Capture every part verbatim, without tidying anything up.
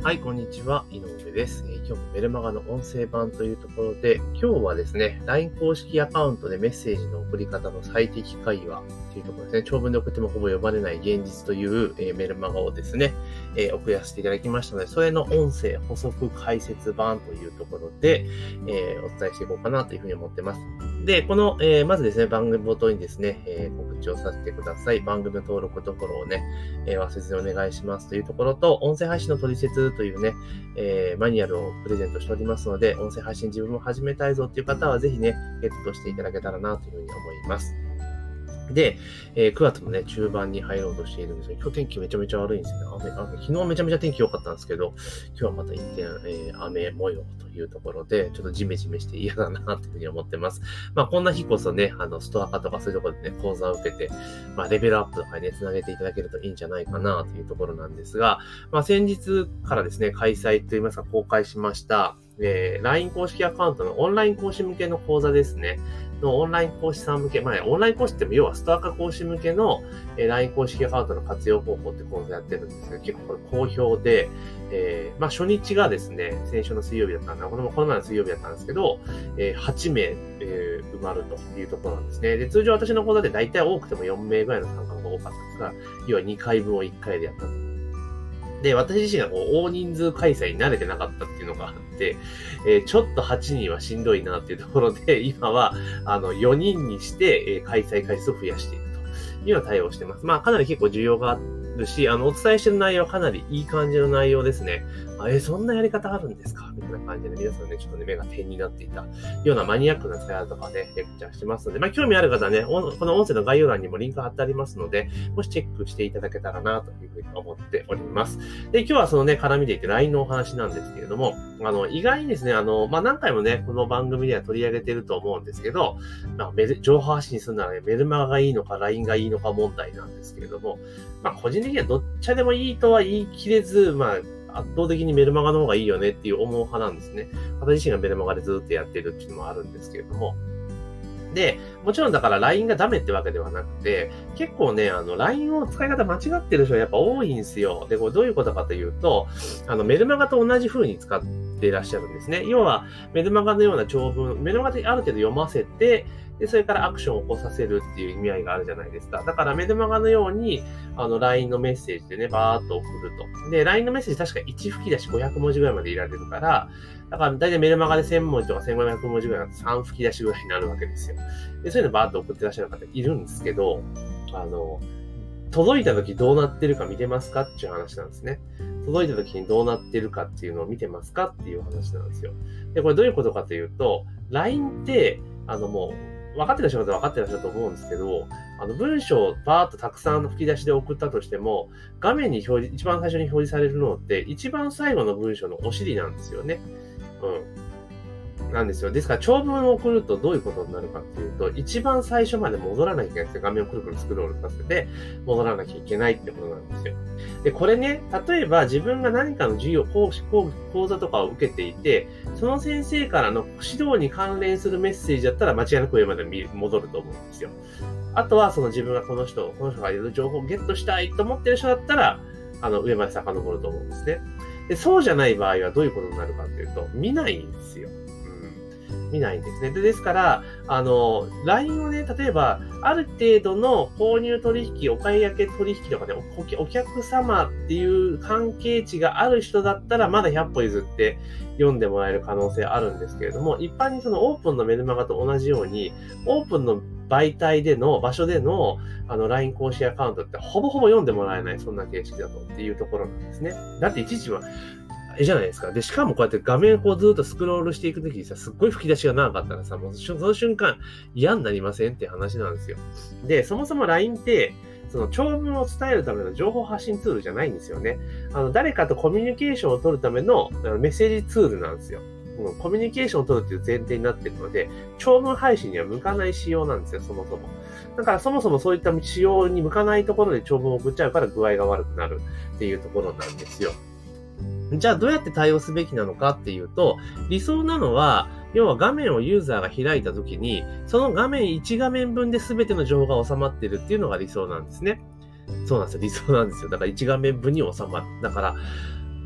はい、こんにちは。井上です。えー今日もメルマガの音声版というところで、今日はですね、ライン 公式アカウントでメッセージの送り方の最適会話というところですね、長文で送ってもほぼ読まれない現実という、えーメルマガをですね、えー送らせていただきましたので、それの音声補足解説版というところで、えーお伝えしていこうかなというふうに思ってます。で、この、えーまずですね、番組冒頭にですね、えー告知をさせてください。番組の登録とフォローをね、えー忘れずにお願いしますというところと、音声配信の取説というね、えーマニュアルをプレゼントしておりますので、音声配信自分も始めたいぞっていう方はぜひね、ゲットしていただけたらなというふうに思います。で、えーくがつもね、中盤に入ろうとしているんですが、今日天気めちゃめちゃ悪いんですよね。雨、雨、昨日めちゃめちゃ天気良かったんですけど、今日はまた一転、えー雨模様というところで、ちょっとジメジメして嫌だなというふうに思ってます。まあ、こんな日こそね、あの、ストア化とかそういうところでね、講座を受けて、まあ、レベルアップとかにね、つなげていただけるといいんじゃないかなというところなんですが、まあ、先日からですね、開催といいますか、公開しました、えー、ライン 公式アカウントのオンライン講師向けの講座ですね。のオンライン講師さん向け、まあ、オンライン講師って要はストア化講師向けの、えー、ライン 公式アカウントの活用方法って講座やってるんですけど、結構これ好評で、えー、まあ初日がですね、先週の水曜日だったんだ、これもこの前の水曜日だったんですけど、えー、はちめい、えー、埋まるというところなんですね。で、通常私の講座で大体多くてもよんめいぐらいの参加が多かったんですが、要はにかいぶんをいっかいでやったと。で、私自身がこう大人数開催に慣れてなかったっていうのがあって、えー、ちょっとはちにんはしんどいなっていうところで、今はあのよにんにして、えー、開催回数を増やしているというような対応をしています。まあかなり結構需要があるし、あのお伝えしている内容はかなりいい感じの内容ですね。あえー、そんなやり方あるんですかみたいな感じで皆さんね、ちょっとね、目が点になっていたようなマニアックな使い方とかね、レクチャーしてますので、まあ興味ある方はね、この音声の概要欄にもリンク貼ってありますので、もしチェックしていただけたらなというふうに思っております。で、今日はそのね、絡みでいて ライン のお話なんですけれども、あの、意外にですね、あの、まあ、何回もね、この番組では取り上げてると思うんですけど、まあ、メル、情報発信するならね、メルマガがいいのか ライン がいいのか問題なんですけれども、まあ、個人的にはどっちでもいいとは言い切れず、まあ、圧倒的にメルマガの方がいいよねっていう思う派なんですね。私自身がメルマガでずっとやってるっていうのもあるんですけれども、で、もちろんだから ライン がダメってわけではなくて、結構ね、あの、ライン を使い方間違ってる人がやっぱ多いんですよ。で、これどういうことかというと、あの、メルマガと同じ風に使っていらっしゃるんですね。要は、メルマガのような長文、メルマガである程度読ませて、で、それからアクションを起こさせるっていう意味合いがあるじゃないですか。だからメルマガのように、あの、ライン のメッセージでね、バーっと送ると。で、ライン のメッセージ確かいち吹き出しごひゃくもじぐらいまでいられるから、だから大体メルマガでせんもじとかせんごひゃくもじぐらいだとさん吹き出しぐらいになるわけですよ。で、そういうのバーっと送ってらっしゃる方いるんですけど、あの、届いた時どうなってるか見てますかっていう話なんですね。届いた時にどうなってるかっていうのを見てますかっていう話なんですよ。で、これどういうことかというと、ライン って、あのもう、分かってらっしゃる方は分かってらっしゃると思うんですけど、あの文章をバーっとたくさん吹き出しで送ったとしても、画面に表示、一番最初に表示されるのって、一番最後の文章のお尻なんですよね。うん。なんですよ。ですから、長文を送るとどういうことになるかっていうと、一番最初まで戻らなきゃいけないって画面をくるくるスクロールさせて、戻らなきゃいけないってことなんですよ。で、これね、例えば自分が何かの授業、講師、講座とかを受けていて、その先生からの指導に関連するメッセージだったら間違いなく上まで戻ると思うんですよ。あとは、その自分がこの人、この人がいる情報をゲットしたいと思ってる人だったら、あの、上まで遡ると思うんですね。で、そうじゃない場合はどういうことになるかっていうと、見ないんですよ。見ないんですね。で、ですから、あの、ライン をね、例えば、ある程度の購入取引、お買い上げ取引とかね、お、お客様っていう関係値がある人だったら、まだひゃっぽ譲って読んでもらえる可能性あるんですけれども、一般にそのオープンのメルマガと同じように、オープンの媒体での、場所での、あの、ライン 公式アカウントってほぼほぼ読んでもらえない、そんな形式だとっていうところなんですね。だって一時は、えじゃないですか。で、しかもこうやって画面をこうずっとスクロールしていくときにさ、すっごい吹き出しが長かったらさ、もうその瞬間嫌になりませんって話なんですよ。で、そもそも ライン って、その長文を伝えるための情報発信ツールじゃないんですよね。あの、誰かとコミュニケーションを取るためのメッセージツールなんですよ。うん、コミュニケーションを取るっていう前提になっているので、長文配信には向かない仕様なんですよ、そもそも。だからそもそもそういった仕様に向かないところで長文を送っちゃうから具合が悪くなるっていうところなんですよ。じゃあどうやって対応すべきなのかっていうと、理想なのは、要は画面をユーザーが開いたときに、その画面いち画面分で全ての情報が収まっているっていうのが理想なんですね。そうなんですよ。理想なんですよ。だからいち画面分に収まる。だから、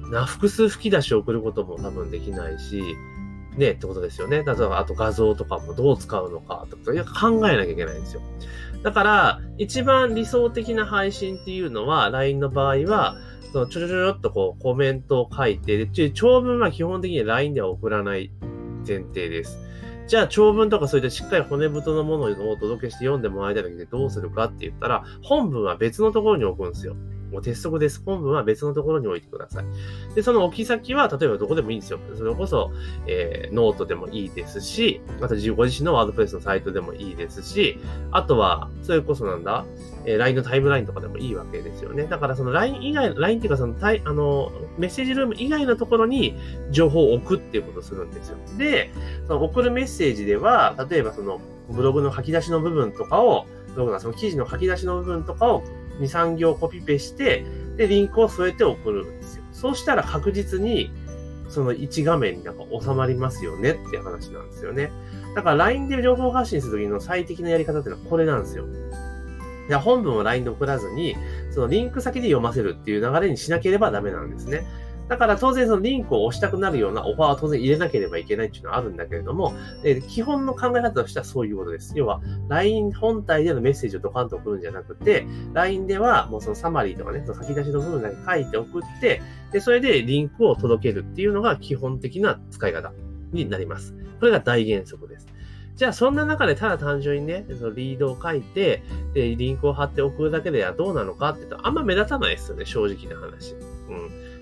な、複数吹き出しを送ることも多分できないし、ね、ってことですよね。だから、あと画像とかもどう使うのかとか、いや考えなきゃいけないんですよ。だから、一番理想的な配信っていうのは、ライン の場合は、そのちょちょちょちょっとこうコメントを書いて、で長文は基本的に ライン では送らない前提です。じゃあ長文とかそういったしっかり骨太のものをお届けして読んでもらいたいだけでどうするかって言ったら、本文は別のところに置くんですよ。もう鉄則です。本文は別のところに置いてください。で、その置き先は、例えばどこでもいいんですよ。それこそ、えー、ノートでもいいですし、あとご自身のワードプレスのサイトでもいいですし、あとは、それこそなんだ、えー、ライン のタイムラインとかでもいいわけですよね。だからその ライン 以外、ライン っていうかそのタイ、あの、メッセージルーム以外のところに情報を置くっていうことをするんですよ。で、その送るメッセージでは、例えばそのブログの書き出しの部分とかを、ブログのその記事の書き出しの部分とかをに、さん行コピペして、で、リンクを添えて送るんですよ。そうしたら確実に、そのいち画面になんか収まりますよねっていう話なんですよね。だから ライン で情報発信するときの最適なやり方っていうのはこれなんですよ。いや、本文を ライン で送らずに、そのリンク先で読ませるっていう流れにしなければダメなんですね。だから当然そのリンクを押したくなるようなオファーは当然入れなければいけないっていうのはあるんだけれども、で基本の考え方としてはそういうことです。要は ライン 本体でのメッセージをドカンと送るんじゃなくて、ライン ではもうそのサマリーとかね、その先出しの部分だけ書いて送って、で、それでリンクを届けるっていうのが基本的な使い方になります。これが大原則です。じゃあそんな中でただ単純にね、そのリードを書いて、で、リンクを貼って送るだけではどうなのかって言ったらあんま目立たないですよね、正直な話。うん。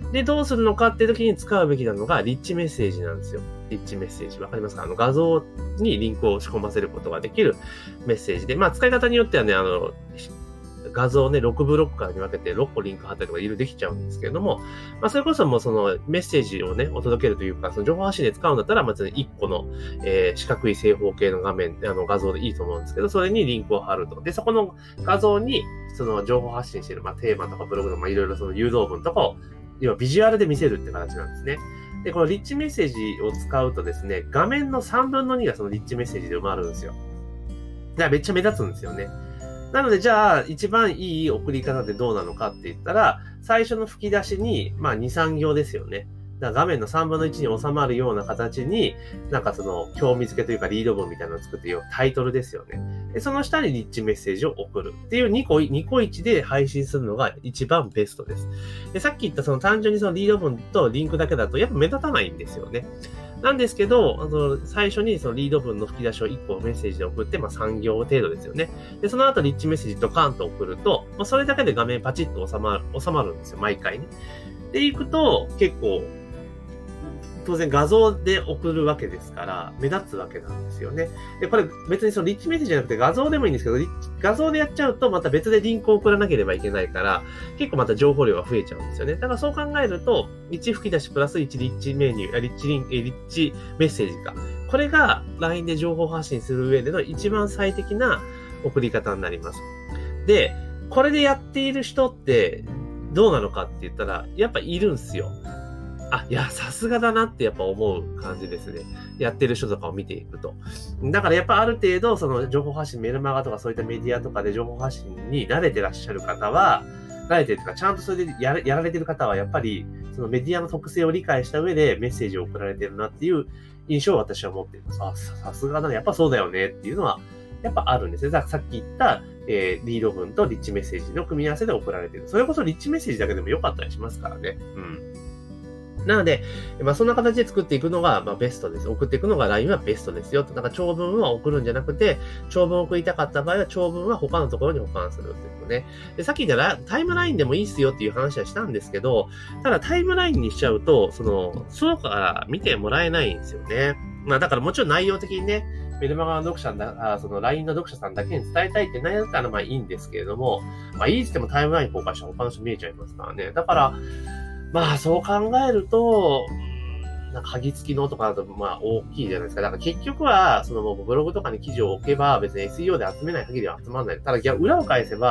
で、どうするのかっていう時に使うべきなのが、リッチメッセージなんですよ。リッチメッセージ。わかりますか？あの、画像にリンクを仕込ませることができるメッセージで、まあ、使い方によってはね、あの、画像をね、ろくブロックからに分けてろっこリンク貼ったりとかいろいろできちゃうんですけれども、まあ、それこそもうそのメッセージをね、お届けるというか、その情報発信で使うんだったら、まずいっこの、えー、四角い正方形の画面、あの画像でいいと思うんですけど、それにリンクを貼ると。で、そこの画像に、その情報発信している、まあ、テーマとかブログの、まあ、いろいろその誘導文とかを、要はビジュアルで見せるって形なんですね。で、このリッチメッセージを使うとですね、画面のさんぶんのにがそのリッチメッセージで埋まるんですよ。だからめっちゃ目立つんですよね。なので、じゃあ、一番いい送り方ってどうなのかって言ったら、最初の吹き出しに、まあ、に、さん行ですよね。だから画面のさんぶんのいちに収まるような形に、なんかその、興味付けというかリード文みたいなのを作っていうタイトルですよね。で、その下にリッチメッセージを送るっていうにこ、にこいちで配信するのが一番ベストです。で、さっき言ったその単純にそのリード文とリンクだけだと、やっぱ目立たないんですよね。なんですけど、あの、最初にそのリード文の吹き出しをいっこメッセージで送って、まあさん行程度ですよね。で、その後リッチメッセージドカーンと送ると、まあそれだけで画面パチッと収まる、収まるんですよ、毎回ね。で、行くと、結構、当然画像で送るわけですから、目立つわけなんですよね。で、これ別にそのリッチメッセージじゃなくて画像でもいいんですけど、画像でやっちゃうとまた別でリンクを送らなければいけないから、結構また情報量が増えちゃうんですよね。だからそう考えると、いち吹き出しプラスいちリッチメニュー、リッチリン、リッチメッセージか。これが ライン で情報発信する上での一番最適な送り方になります。で、これでやっている人ってどうなのかって言ったら、やっぱいるんすよ。あ、いや、さすがだなってやっぱ思う感じですね。やってる人とかを見ていくと。だからやっぱある程度、その情報発信、メルマガとかそういったメディアとかで情報発信に慣れてらっしゃる方は、慣れてるというか、ちゃんとそれでやら、やられてる方は、やっぱり、そのメディアの特性を理解した上でメッセージを送られてるなっていう印象を私は持っています。あ、さすがだね。やっぱそうだよねっていうのは、やっぱあるんですね。だからさっき言った、えー、リード文とリッチメッセージの組み合わせで送られている。それこそリッチメッセージだけでも良かったりしますからね。うん。なので、まあそんな形で作っていくのが、まあベストです。送っていくのが ライン はベストですよ。だから長文は送るんじゃなくて、長文を送りたかった場合は長文は他のところに保管するっていうことね。で、さっき言ったタイムラインでもいいっすよっていう話はしたんですけど、ただタイムラインにしちゃうと、その、外から見てもらえないんですよね。まあだからもちろん内容的にね、メルマガの読者だ、あその ライン の読者さんだけに伝えたいって内容だったらまあいいんですけれども、まあいいっつってもタイムライン公開したら他の人見えちゃいますからね。だから、まあそう考えると、なんか鍵付きのとかだとまあ大きいじゃないですか。だから結局は、そのもうブログとかに記事を置けば別に エスイーオー で集めない限りは集まらない。ただ裏を返せば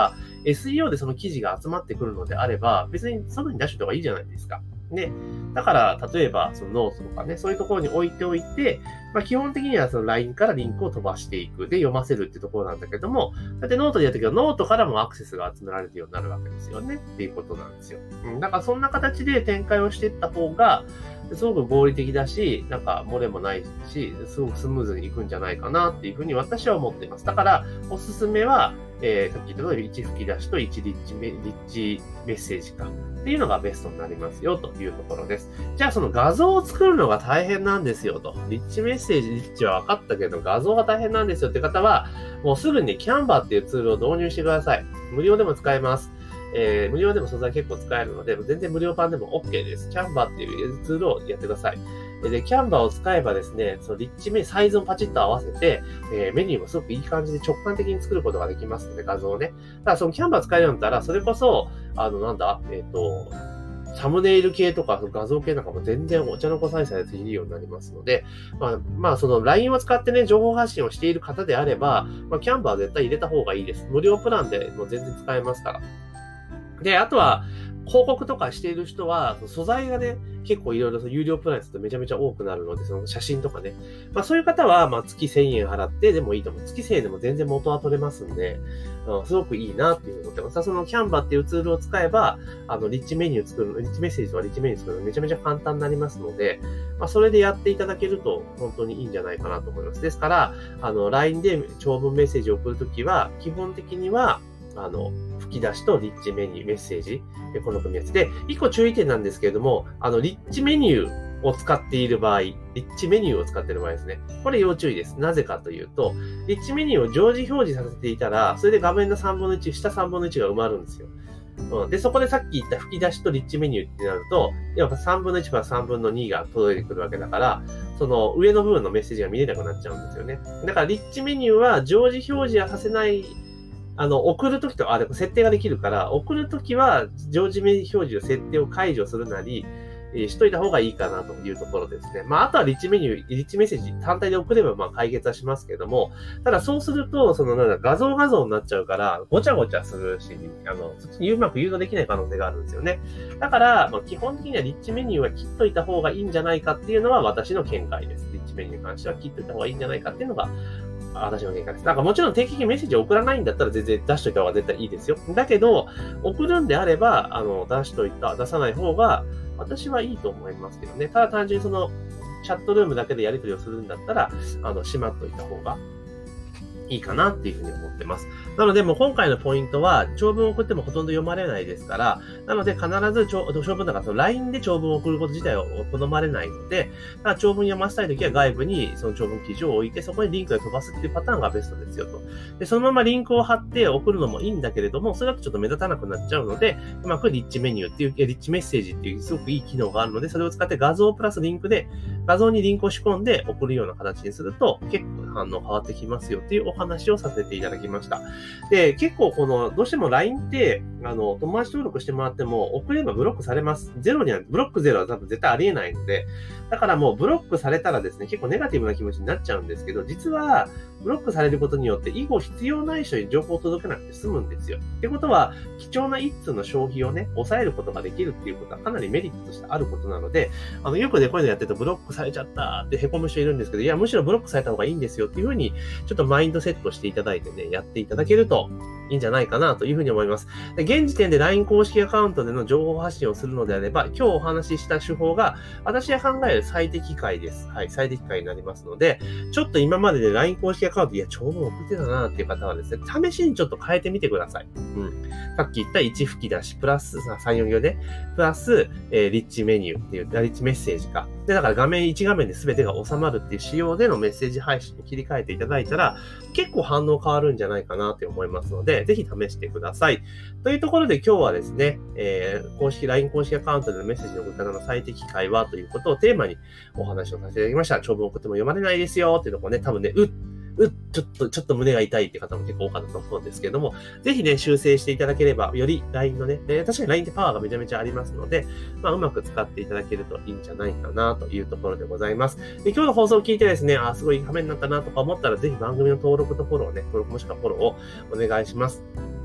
エスイーオー でその記事が集まってくるのであれば、別に外に出した方がいいじゃないですか。ね。だから、例えば、そのノートとかね、そういうところに置いておいて、まあ、基本的にはその ライン からリンクを飛ばしていく。で、読ませるってところなんだけども、だってノートでやったけど、ノートからもアクセスが集められるようになるわけですよね。っていうことなんですよ。うん。だから、そんな形で展開をしていった方が、すごく合理的だし、なんか漏れもないし、すごくスムーズにいくんじゃないかなっていうふうに私は思っています。だから、おすすめは、えー、さっき言った通りいち吹き出しといちリッチメ、リッチメッセージかっていうのがベストになりますよというところです。じゃあその画像を作るのが大変なんですよと。リッチメッセージ、リッチは分かったけど画像が大変なんですよって方は、もうすぐに Canva っていうツールを導入してください。無料でも使えます。えー、無料でも素材結構使えるので、全然無料版でも OK です。Canva っていうツールをやってください。で、Canva を使えばですね、そのリッチメ、サイズをパチッと合わせて、えー、メニューもすごくいい感じで直感的に作ることができますので、画像をね。ただその Canva 使えるようになったら、それこそ、あの、なんだ、えっと、サムネイル系とか画像系なんかも全然お茶の子さえさえできるようになりますので、まあ、まあ、その ライン を使ってね、情報発信をしている方であれば、まあ、Canva は絶対入れた方がいいです。無料プランでも全然使えますから。で、あとは、広告とかしている人は、素材がね、結構いろいろ有料プランにするとめちゃめちゃ多くなるので、その写真とかね。まあそういう方は、まあ月せんえん払ってでもいいと思う。月せんえんでも全然元は取れますんで、うん、すごくいいなっていうふうに思ってます。その Canva っていうツールを使えば、あの、リッチメニュー作る、リッチメッセージとかリッチメニュー作るのめちゃめちゃ簡単になりますので、まあそれでやっていただけると本当にいいんじゃないかなと思います。ですから、あの、ライン で長文メッセージを送るときは、基本的には、あの、吹き出しとリッチメニュー、メッセージ、この組み合わせで、一個注意点なんですけれども、あの、リッチメニューを使っている場合、リッチメニューを使っている場合ですね。これ要注意です。なぜかというと、リッチメニューを常時表示させていたら、それで画面のさんぶんのいち、下さんぶんのいちが埋まるんですよ。うん、で、そこでさっき言った吹き出しとリッチメニューってなると、やっぱさんぶんのいちからさんぶんのにが届いてくるわけだから、その上の部分のメッセージが見れなくなっちゃうんですよね。だからリッチメニューは常時表示はさせないあの、送るときと、あ、でも設定ができるから、送るときは、常時表示の設定を解除するなり、えー、しといた方がいいかなというところですね。まあ、あとはリッチメニュー、リッチメッセージ単体で送れば、まあ、解決はしますけども、ただそうすると、その、なんだ、画像画像になっちゃうから、ごちゃごちゃするし、あの、そっちにうまく誘導できない可能性があるんですよね。だから、まあ、基本的にはリッチメニューは切っといた方がいいんじゃないかっていうのは私の見解です。リッチメニューに関しては切っといた方がいいんじゃないかっていうのが、私の見解です。なんかもちろん定期的にメッセージを送らないんだったら全然出しといた方が絶対いいですよ。だけど、送るんであれば、あの、出しといた、出さない方が、私はいいと思いますけどね。ただ単純にその、チャットルームだけでやり取りをするんだったら、あの、しまっといた方がいいかなっていうふうに思ってます。なので、もう今回のポイントは、長文を送ってもほとんど読まれないですから、なので必ず長長文だからその ライン で長文を送ること自体を好まれないので、長文読ませたいときは外部にその長文記事を置いて、そこにリンクで飛ばすっていうパターンがベストですよと。で、そのままリンクを貼って送るのもいいんだけれども、それだとちょっと目立たなくなっちゃうので、うまくリッチメニューっていう、リッチメッセージっていうすごくいい機能があるので、それを使って画像プラスリンクで、画像にリンクを仕込んで送るような形にすると、結構反応変わってきますよっていうお話をさせていただきました。で、結構この、どうしても ライン って、あの、友達登録してもらっても、送ればブロックされます。ゼロには、ブロックゼロは多分絶対ありえないので、だからもうブロックされたらですね、結構ネガティブな気持ちになっちゃうんですけど、実は、ブロックされることによって、以後必要ない人に情報を届けなくて済むんですよ。ってことは、貴重な一通の消費をね、抑えることができるっていうことはかなりメリットとしてあることなので、あの、よくね、こういうのやってるとブロックされちゃったって凹む人いるんですけど、いや、むしろブロックされた方がいいんですよっていうふうに、ちょっとマインドセットしていただいてね、やっていただけるといいんじゃないかなというふうに思います。で、現時点で ライン 公式アカウントでの情報発信をするのであれば、今日お話しした手法が、私が考える最適解です。はい、最適解になりますので、ちょっと今までで ライン 公式アカウント、いや、長文送ってたなっていう方はですね、試しにちょっと変えてみてください。うん。さっき言ったいち吹き出し、プラス、さん、よん行で、プラス、えー、リッチメニューっていう、リッチメッセージか。で、だから画面いち画面で全てが収まるっていう仕様でのメッセージ配信に切り替えていただいたら、結構反応変わるんじゃないかなって思いますので、ぜひ試してください。というところで今日はですね、えー、公式、ライン 公式アカウントでのメッセージの送り方の最適解はということをテーマにお話をさせていただきました。長文送っても読まれないですよっていうところね、多分ね、うっうっ、ちょっと、ちょっと胸が痛いって方も結構多かったと思うんですけども、ぜひね、修正していただければ、より ライン のね、確かに ライン ってパワーがめちゃめちゃありますので、まあ、うまく使っていただけるといいんじゃないかなというところでございます。で、今日の放送を聞いてですね、あ、すごいいい画面になったなとか思ったら、ぜひ番組の登録とフォローね、登録もしくはフォローをお願いします。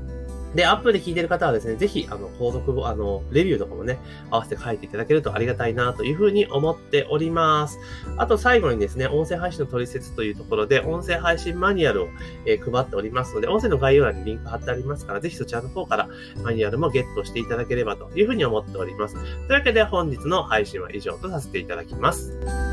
で、アップで聞いてる方はですね、ぜひ、あの、購読、あの、レビューとかもね、合わせて書いていただけるとありがたいなというふうに思っております。あと、最後にですね、音声配信の取説というところで、音声配信マニュアルを、えー、配っておりますので、音声の概要欄にリンク貼ってありますから、ぜひそちらの方からマニュアルもゲットしていただければというふうに思っております。というわけで、本日の配信は以上とさせていただきます。